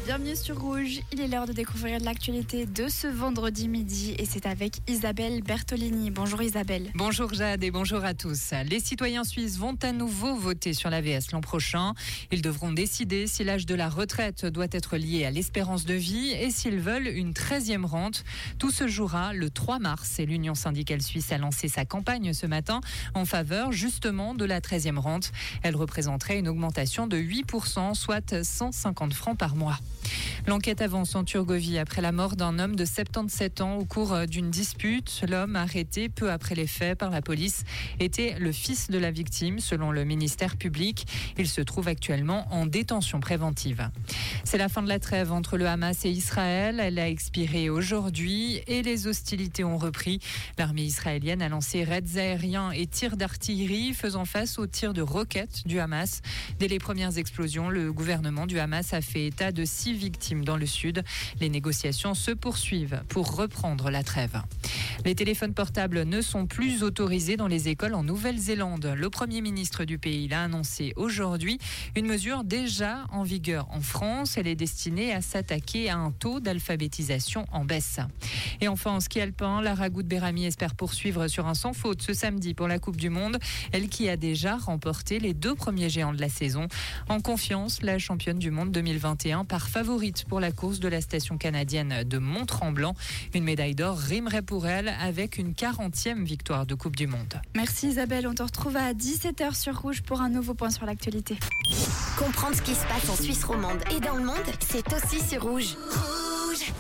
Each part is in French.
Bienvenue sur Rouge. Il est l'heure de découvrir l'actualité de ce vendredi midi et c'est avec Isabelle Bertolini. Bonjour Isabelle. Bonjour Jade et bonjour à tous. Les citoyens suisses vont à nouveau voter sur l'AVS l'an prochain. Ils devront décider si l'âge de la retraite doit être lié à l'espérance de vie et s'ils veulent une 13e rente. Tout se jouera le 3 mars et l'Union syndicale suisse a lancé sa campagne ce matin en faveur justement de la 13e rente. Elle représenterait une augmentation de 8%, soit 150 francs par mois. L'enquête avance en Turgovie après la mort d'un homme de 77 ans au cours d'une dispute. L'homme arrêté peu après les faits par la police était le fils de la victime, selon le ministère public. Il se trouve actuellement en détention préventive. C'est la fin de la trêve entre le Hamas et Israël. Elle a expiré aujourd'hui et les hostilités ont repris. L'armée israélienne a lancé raids aériens et tirs d'artillerie faisant face aux tirs de roquettes du Hamas. Dès les premières explosions, le gouvernement du Hamas a fait état de 6 victimes dans le sud. Les négociations se poursuivent pour reprendre la trêve. Les téléphones portables ne sont plus autorisés dans les écoles en Nouvelle-Zélande. Le Premier ministre du pays l'a annoncé aujourd'hui. Une mesure déjà en vigueur en France. Elle est destinée à s'attaquer à un taux d'alphabétisation en baisse. Et enfin, en ski alpin, Lara Gout-Berami espère poursuivre sur un sans faute ce samedi pour la Coupe du Monde. Elle qui a déjà remporté les 2 premiers géants de la saison. En confiance, la championne du monde 2021 part favorite pour la course de la station canadienne de Mont-Tremblant. Une médaille d'or rimerait pour elle avec une 40e victoire de Coupe du Monde. Merci Isabelle, on te retrouve à 17h sur Rouge pour un nouveau point sur l'actualité. Comprendre ce qui se passe en Suisse romande et dans le monde, c'est aussi sur Rouge. Rouge.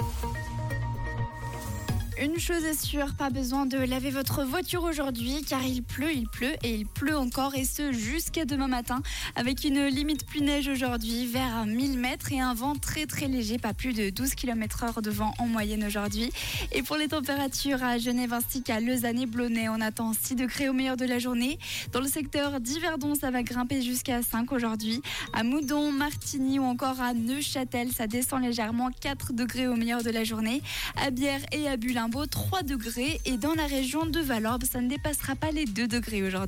Une chose est sûre, pas besoin de laver votre voiture aujourd'hui car il pleut et il pleut encore et ce jusqu'à demain matin avec une limite pluie neige aujourd'hui vers 1000 mètres et un vent très très léger, pas plus de 12 km/h de vent en moyenne aujourd'hui. Et pour les températures à Genève ainsi qu'à Lausanne et Blonay, on attend 6 degrés au meilleur de la journée. Dans le secteur d'Yverdon, ça va grimper jusqu'à 5 aujourd'hui. À Moudon, Martigny ou encore à Neuchâtel, ça descend légèrement, 4 degrés au meilleur de la journée. À Bière et à Bulimbo, 3 degrés et dans la région de Valorbe, ça ne dépassera pas les 2 degrés aujourd'hui.